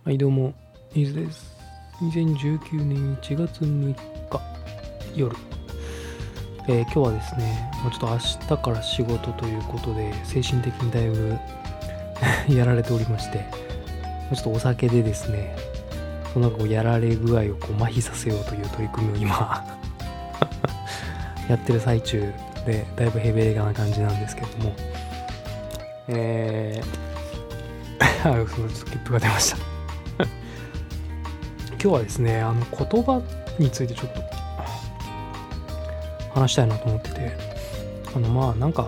はい、どうも、イズです。2019年1月6日夜。今日はですね、もうちょっと明日から仕事ということで、精神的にだいぶやられておりまして、ちょっとお酒でですね、そのやられ具合を麻痺させようという取り組みを今やってる最中で、だいぶヘベレガな感じなんですけども、ちょっとゲップが出ました今日はですね、言葉についてちょっと話したいなと思ってて、なんか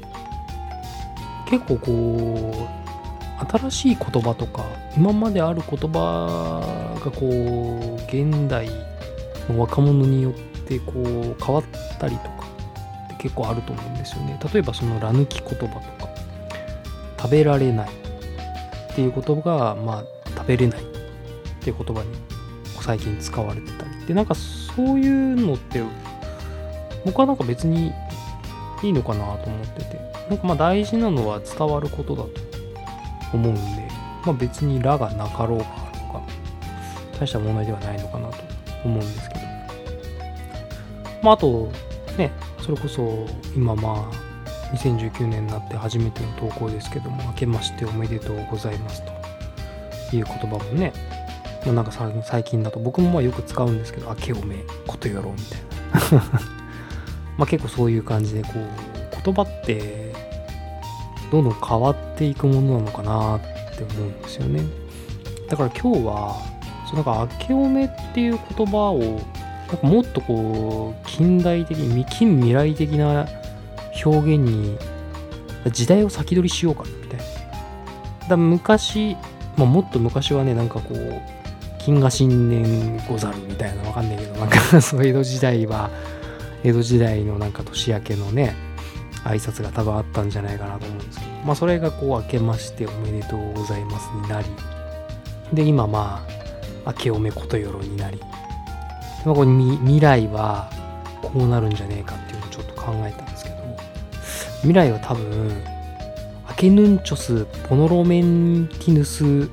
結構新しい言葉とか今まである言葉が現代の若者によって変わったりとかって結構あると思うんですよね。例えばそのら抜き言葉とか、食べられないっていう言葉が食べれないっていう言葉に最近使われてたりで、なんかそういうのって僕はなんか別にいいのかなと思ってて、なんか大事なのは伝わることだと思うんで、別にらがなかろうがあろうが大した問題ではないのかなと思うんですけど、あとね、それこそ今2019年になって初めての投稿ですけども、明けましておめでとうございますという言葉もね、なんか最近だと僕もよく使うんですけど、明けおめことよろみたいな結構そういう感じで言葉ってどんどん変わっていくものなのかなって思うんですよね。だから今日はなんか明けおめっていう言葉をなんかもっと近代的に近未来的な表現に時代を先取りしようかみたいな。だ昔、もっと昔はね、なんか金河新年ござるみたいな、わかんないけど、なんかそう江戸時代は江戸時代のなんか年明けのね挨拶が多分あったんじゃないかなと思うんですけど、それが明けましておめでとうございますになり、で今明けおめことよろになり、未来はこうなるんじゃねえかっていうのをちょっと考えたんですけど、未来は多分アケヌンチョスポノロメンティヌス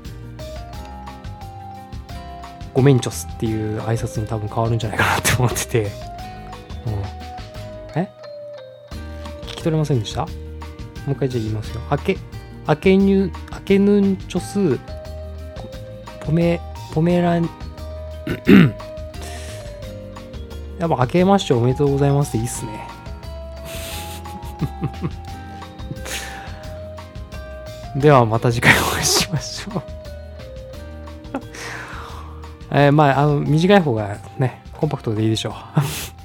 ゴメンチョスっていう挨拶に多分変わるんじゃないかなって思ってて、聞き取れませんでした？もう一回じゃあ言いますよ。アケヌンチョスポメランやっぱ明けましておめでとうございますっていいっすねではまた次回お会いしましょう短い方がねコンパクトでいいでしょう